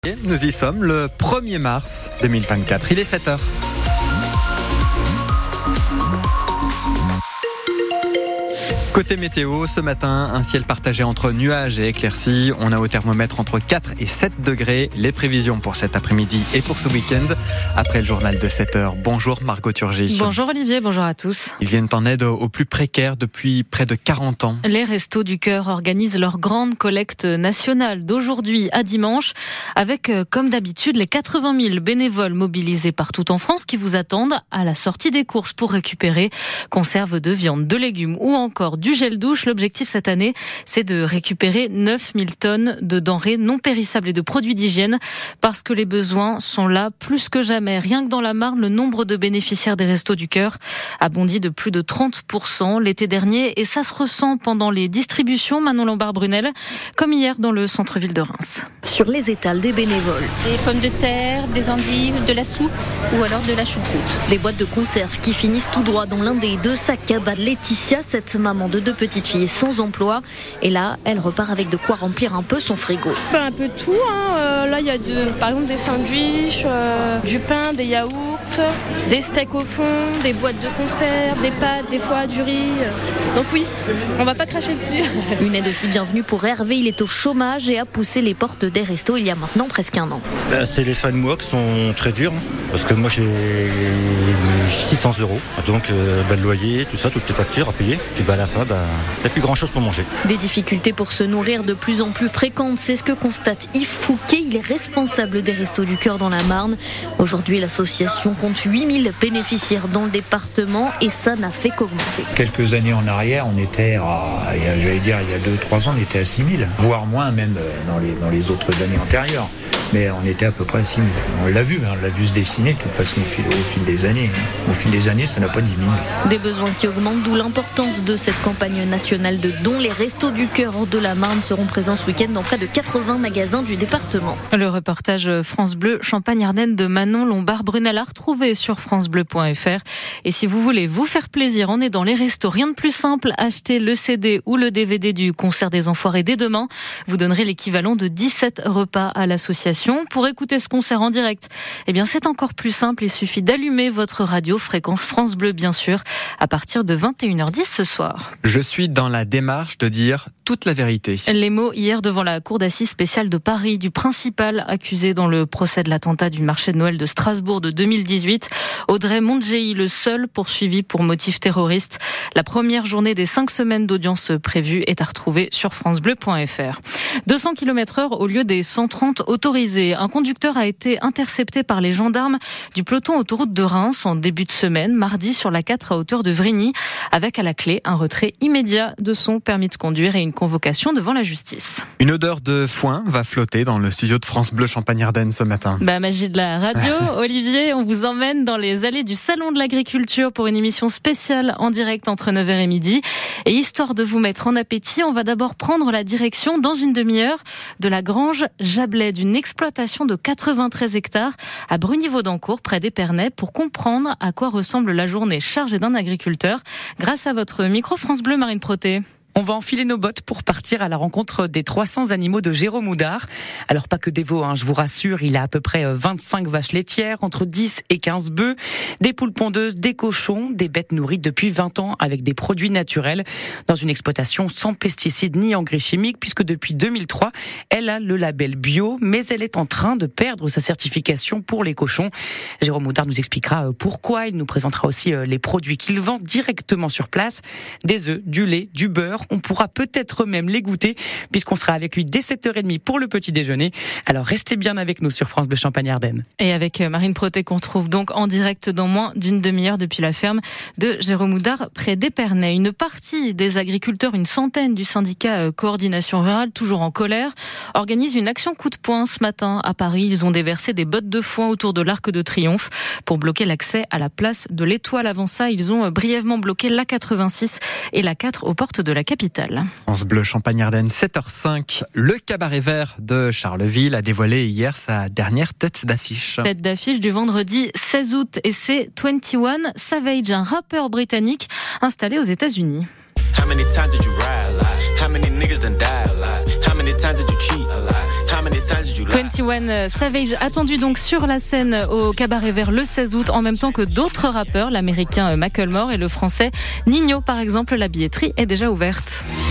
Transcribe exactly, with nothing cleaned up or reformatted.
Nous y sommes le premier mars deux mille vingt-quatre, il est sept heures. Côté météo, ce matin, un ciel partagé entre nuages et éclaircies. On a au thermomètre entre quatre et sept degrés. Les prévisions pour cet après-midi et pour ce week-end. Après le journal de sept heures. Bonjour Margot Turgis. Bonjour Olivier, bonjour à tous. Ils viennent en aide aux plus précaires depuis près de quarante ans. Les Restos du Cœur organisent leur grande collecte nationale d'aujourd'hui à dimanche. Avec, comme d'habitude, les quatre-vingt mille bénévoles mobilisés partout en France qui vous attendent à la sortie des courses pour récupérer conserves de viande, de légumes ou encore du gel douche. L'objectif cette année, c'est de récupérer neuf mille tonnes de denrées non périssables et de produits d'hygiène parce que les besoins sont là plus que jamais. Rien que dans la Marne, le nombre de bénéficiaires des Restos du Cœur a bondi de plus de trente pour cent l'été dernier et ça se ressent pendant les distributions. Manon Lombard-Brunel, comme hier dans le centre-ville de Reims. Sur les étals des bénévoles. Des pommes de terre, des endives, de la soupe ou alors de la choucroute. Des boîtes de conserve qui finissent tout droit dans l'un des deux sacs cabas de Laetitia, cette maman de deux petites filles sans emploi. Et là, elle repart avec de quoi remplir un peu son frigo. Ben, un peu de tout. Hein. Euh, là, il y a de, par exemple des sandwichs, euh, du pain, des yaourts, des steaks au fond, des boîtes de conserve, des pâtes, des fois du riz. Donc oui, on va pas cracher dessus. Une aide aussi bienvenue pour Hervé. Il est au chômage et a poussé les portes des restos il y a maintenant presque un an. Là, c'est les fins de mois qui sont très durs. Parce que moi, j'ai six cents euros. Donc, euh, bah, le loyer, tout ça, toutes les factures à payer. Puis bah, à la fin, bah, il n'y a plus grand-chose pour manger. Des difficultés pour se nourrir de plus en plus fréquentes. C'est ce que constate Yves Fouquet. Il est responsable des Restos du Cœur dans la Marne. Aujourd'hui, l'association compte huit mille bénéficiaires dans le département et ça n'a fait qu'augmenter. Quelques années en arrière, on était à, j'allais dire, il y a deux trois ans, on était à six mille, voire moins même dans les, dans les autres années antérieures. Mais on était à peu près à six mille. On l'a vu, hein, on l'a vu se dessiner de toute façon au fil, au fil des années. Au fil des années, ça n'a pas diminué. Des besoins qui augmentent, d'où l'importance de cette campagne nationale de dons. Les Restos du Cœur de la Marne seront présents ce week-end dans près de quatre-vingts magasins du département. Le reportage France Bleu Champagne-Ardenne de Manon Lombard-Brunel à retrouver sur francebleu point f r. Et si vous voulez vous faire plaisir en aidant les restos, rien de plus simple, achetez le C D ou le D V D du concert des Enfoirés dès demain. Vous donnerez l'équivalent de dix-sept repas à l'association. Pour écouter ce concert en direct, eh bien c'est encore plus simple, il suffit d'allumer votre radio, fréquence France Bleu bien sûr, à partir de vingt et une heures dix ce soir. Je suis dans la démarche de dire toute la vérité. Les mots hier devant la cour d'assises spéciale de Paris du principal accusé dans le procès de l'attentat du marché de Noël de Strasbourg de deux mille dix-huit, Audrey Montgey, le seul poursuivi pour motif terroriste. La première journée des cinq semaines d'audience prévues est à retrouver sur francebleu point f r. deux cents kilomètres heure au lieu des cent trente autorisés. Un conducteur a été intercepté par les gendarmes du peloton autoroute de Reims en début de semaine, mardi sur la quatre à hauteur de Vrigny, avec à la clé un retrait immédiat de son permis de conduire et une convocation devant la justice. Une odeur de foin va flotter dans le studio de France Bleu Champagne-Ardenne ce matin. Bah, magie de la radio. Olivier, on vous emmène dans les allées du Salon de l'Agriculture pour une émission spéciale en direct entre neuf heures et midi. Et histoire de vous mettre en appétit, on va d'abord prendre la direction dans une demi-heure de la grange Jablet, d'une exploitation de quatre-vingt-treize hectares à Bruniveau-d'Encourt, près d'Épernay, pour comprendre à quoi ressemble la journée chargée d'un agriculteur. Grâce à votre micro France Bleu, Marine Proté. On va enfiler nos bottes pour partir à la rencontre des trois cents animaux de Jérôme Houdard. Alors pas que des veaux, hein, je vous rassure, il a à peu près vingt-cinq vaches laitières, entre dix et quinze bœufs, des poules pondeuses, des cochons, des bêtes nourries depuis vingt ans avec des produits naturels, dans une exploitation sans pesticides ni engrais chimiques, puisque depuis deux mille trois, elle a le label bio, mais elle est en train de perdre sa certification pour les cochons. Jérôme Houdard nous expliquera pourquoi, il nous présentera aussi les produits qu'il vend directement sur place, des œufs, du lait, du beurre. On pourra peut-être même les goûter puisqu'on sera avec lui dès sept heures trente pour le petit déjeuner. Alors restez bien avec nous sur France Bleu Champagne-Ardenne. Et avec Marine Proté qu'on retrouve donc en direct dans moins d'une demi-heure depuis la ferme de Jérôme Houdard près d'Épernay. Une partie des agriculteurs, une centaine du syndicat Coordination Rurale, toujours en colère, organise une action coup de poing ce matin à Paris. Ils ont déversé des bottes de foin autour de l'Arc de Triomphe pour bloquer l'accès à la place de l'Étoile. Avant ça, ils ont brièvement bloqué l'A quatre-vingt-six et l'A quatre aux portes de la capitale. France Bleu Champagne-Ardenne, sept heures cinq. Le cabaret vert de Charleville a dévoilé hier sa dernière tête d'affiche. Tête d'affiche du vendredi seize août et c'est vingt et un Savage, un rappeur britannique installé aux États-Unis. How many times did you ride a lot? How many niggas done died a lot? How many times did you cheat a lot? How many times did you vingt et un Savage attendu donc sur la scène au Cabaret Vert le seize août, en même temps que d'autres rappeurs, l'américain Macklemore et le français Ninho par exemple. La billetterie est déjà ouverte.